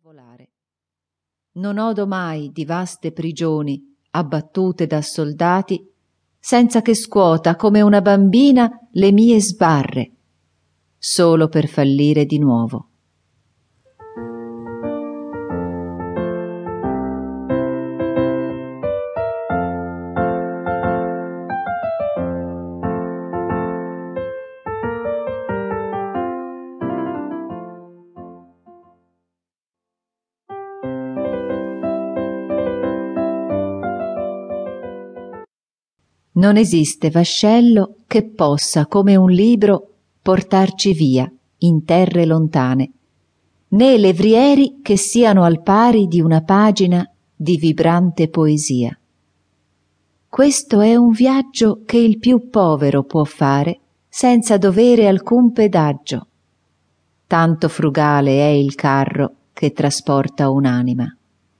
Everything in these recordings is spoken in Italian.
volare. Non odo mai di vaste prigioni abbattute da soldati, senza che scuota come una bambina le mie sbarre, solo per fallire di nuovo. Non esiste vascello che possa, come un libro, portarci via in terre lontane, né levrieri che siano al pari di una pagina di vibrante poesia. Questo è un viaggio che il più povero può fare senza dovere alcun pedaggio. Tanto frugale è il carro che trasporta un'anima.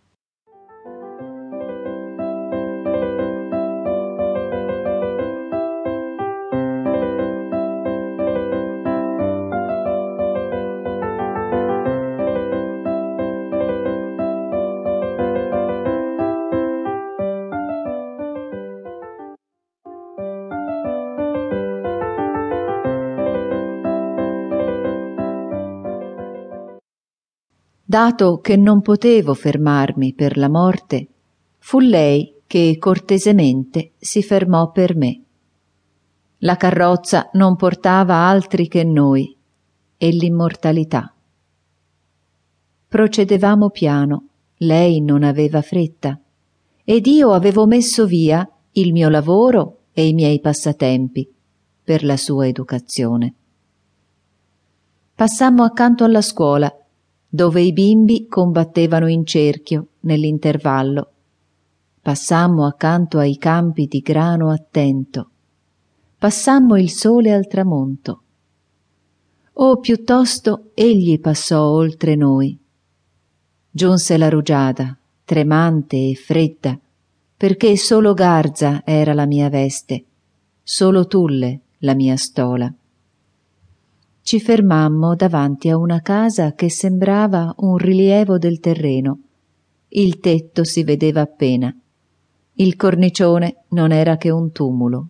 Dato che non potevo fermarmi per la morte, fu lei che cortesemente si fermò per me. La carrozza non portava altri che noi e l'immortalità. Procedevamo piano, lei non aveva fretta, ed io avevo messo via il mio lavoro e i miei passatempi per la sua educazione. Passammo accanto alla scuola, dove i bimbi combattevano in cerchio nell'intervallo. Passammo accanto ai campi di grano attento. Passammo il sole al tramonto. O piuttosto egli passò oltre noi. Giunse la rugiada, tremante e fredda, perché solo garza era la mia veste, solo tulle la mia stola. Ci fermammo davanti a una casa che sembrava un rilievo del terreno. Il tetto si vedeva appena. Il cornicione non era che un tumulo.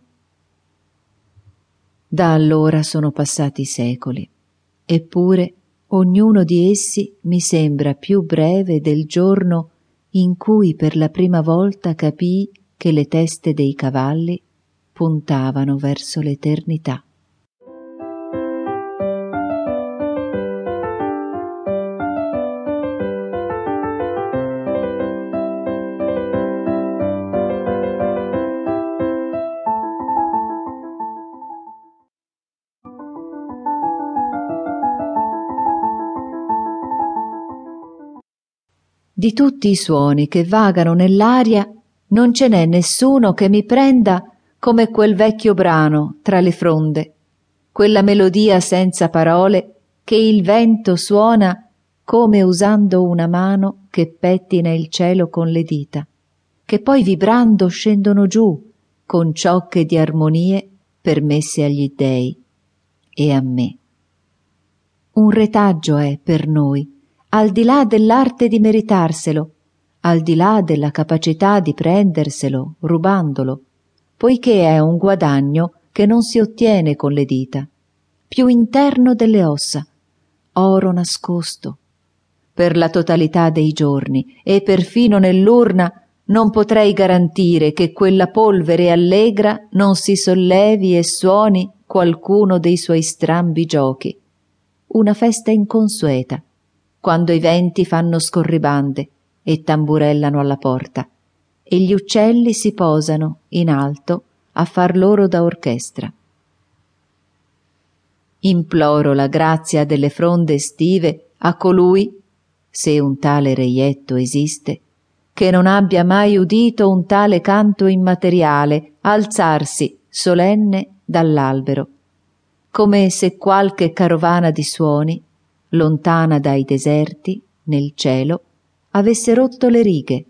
Da allora sono passati secoli, eppure ognuno di essi mi sembra più breve del giorno in cui per la prima volta capii che le teste dei cavalli puntavano verso l'eternità. Di tutti i suoni che vagano nell'aria non ce n'è nessuno che mi prenda come quel vecchio brano tra le fronde, quella melodia senza parole che il vento suona come usando una mano che pettina il cielo con le dita, che poi vibrando scendono giù con ciocche di armonie permesse agli dèi e a me. Un retaggio è per noi, al di là dell'arte di meritarselo, al di là della capacità di prenderselo rubandolo, poiché è un guadagno che non si ottiene con le dita, più interno delle ossa, oro nascosto. Per la totalità dei giorni e perfino nell'urna non potrei garantire che quella polvere allegra non si sollevi e suoni qualcuno dei suoi strambi giochi. Una festa inconsueta, quando i venti fanno scorribande e tamburellano alla porta, e gli uccelli si posano in alto a far loro da orchestra. Imploro la grazia delle fronde estive a colui, se un tale reietto esiste, che non abbia mai udito un tale canto immateriale alzarsi solenne dall'albero, come se qualche carovana di suoni, lontana dai deserti, nel cielo, avesse rotto le righe,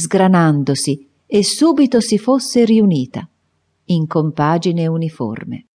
sgranandosi e subito si fosse riunita in compagine uniforme.